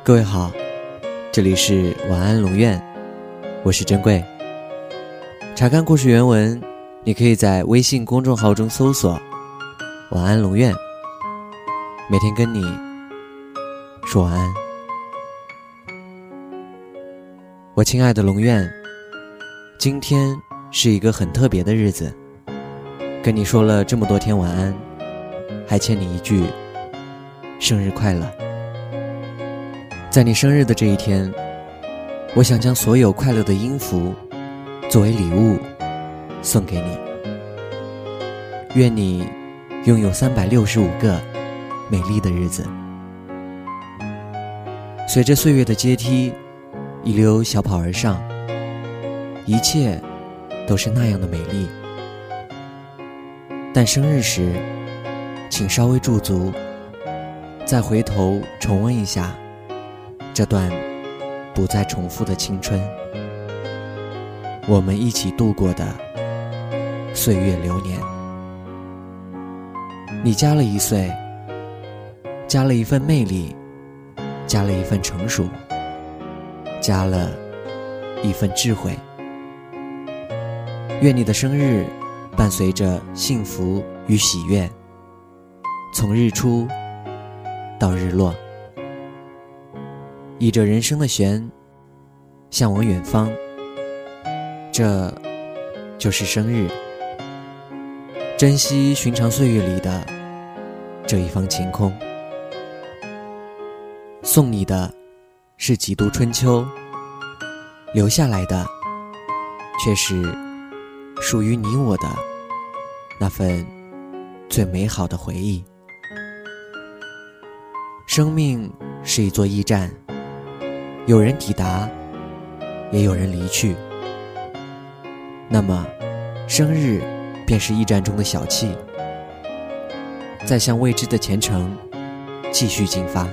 各位好，这里是晚安龙院，我是珍贵。查看故事原文，你可以在微信公众号中搜索晚安龙院，每天跟你说晚安。我亲爱的龙院，今天是一个很特别的日子，跟你说了这么多天晚安，还欠你一句生日快乐。在你生日的这一天，我想将所有快乐的音符作为礼物送给你。愿你拥有365个美丽的日子。随着岁月的阶梯一溜小跑而上，一切都是那样的美丽。但生日时，请稍微驻足，再回头重温一下这段不再重复的青春，我们一起度过的岁月流年。你加了1岁，加了一份魅力，加了一份成熟，加了一份智慧。愿你的生日伴随着幸福与喜悦，从日出到日落，倚着人生的弦，向往远方。这就是生日。珍惜寻常岁月里的这一方晴空。送你的是几度春秋，留下来的却是属于你我的那份最美好的回忆。生命是一座驿站，有人抵达，也有人离去。那么生日便是驿站中的小憩，再向未知的前程继续进发。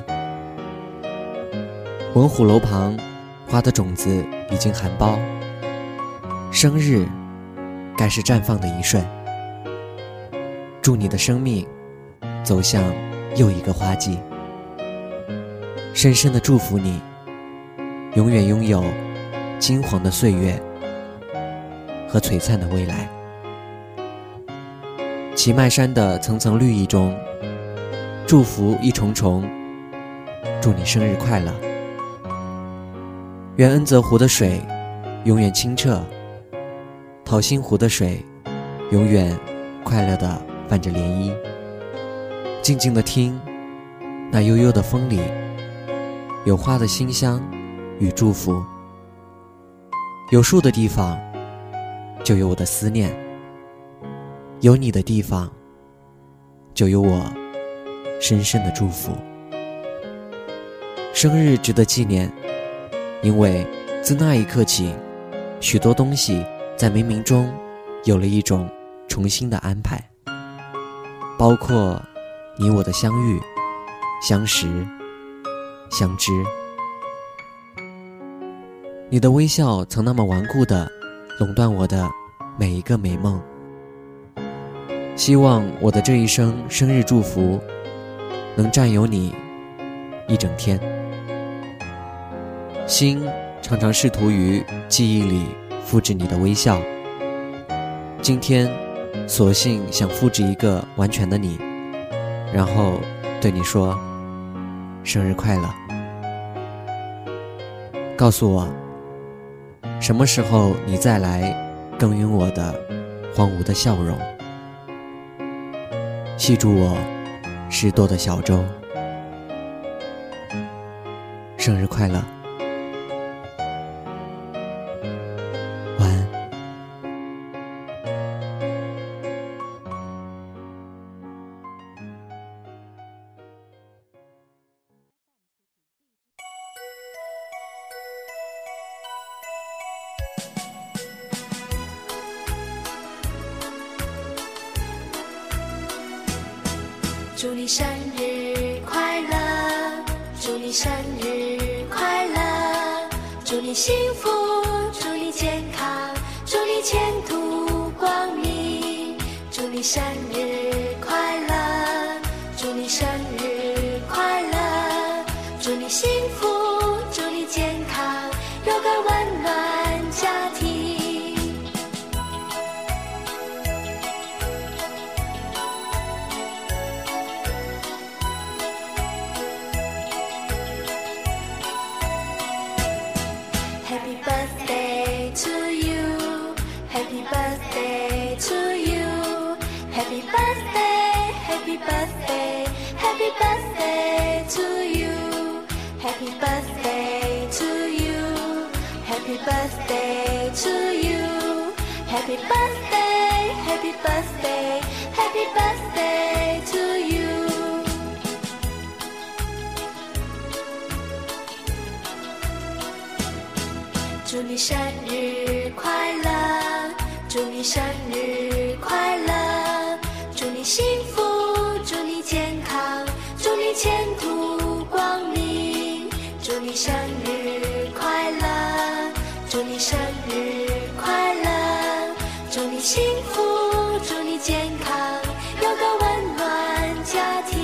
文虎楼旁花的种子已经含苞，生日该是绽放的一瞬。祝你的生命走向又一个花季，深深地祝福你永远拥有金黄的岁月和璀璨的未来。齐麦山的层层绿意中，祝福一重重，祝你生日快乐。愿恩泽湖的水永远清澈，桃心湖的水永远快乐地泛着涟漪。静静地听，那悠悠的风里有花的馨香与祝福。有树的地方就有我的思念，有你的地方就有我深深的祝福。生日值得纪念，因为自那一刻起，许多东西在冥冥中有了一种重新的安排，包括你我的相遇、相识、相知。你的微笑曾那么顽固地垄断我的每一个美梦。希望我的这一生生日祝福能占有你一整天。心常常试图于记忆里复制你的微笑，今天索性想复制一个完全的你，然后对你说生日快乐。告诉我什么时候你再来耕耘我的荒芜的笑容，系住我拾掇的小舟。生日快乐，晚安。 祝你生日快乐，祝你生日快乐，祝你幸福，祝你健康，祝你前途光明，祝你生日快乐，祝你生日快乐，祝你幸福。 Happy birthday, happy birthday to you. Happy birthday to you. Happy birthday to you. Happy birthday, happy birthday, happy birthday to you. 祝你生日快乐，祝你生日快乐，祝你幸福，祝你健康，祝你前途光明，祝你生日快乐，祝你生日快乐，祝你幸福，祝你健康，有个温暖家庭。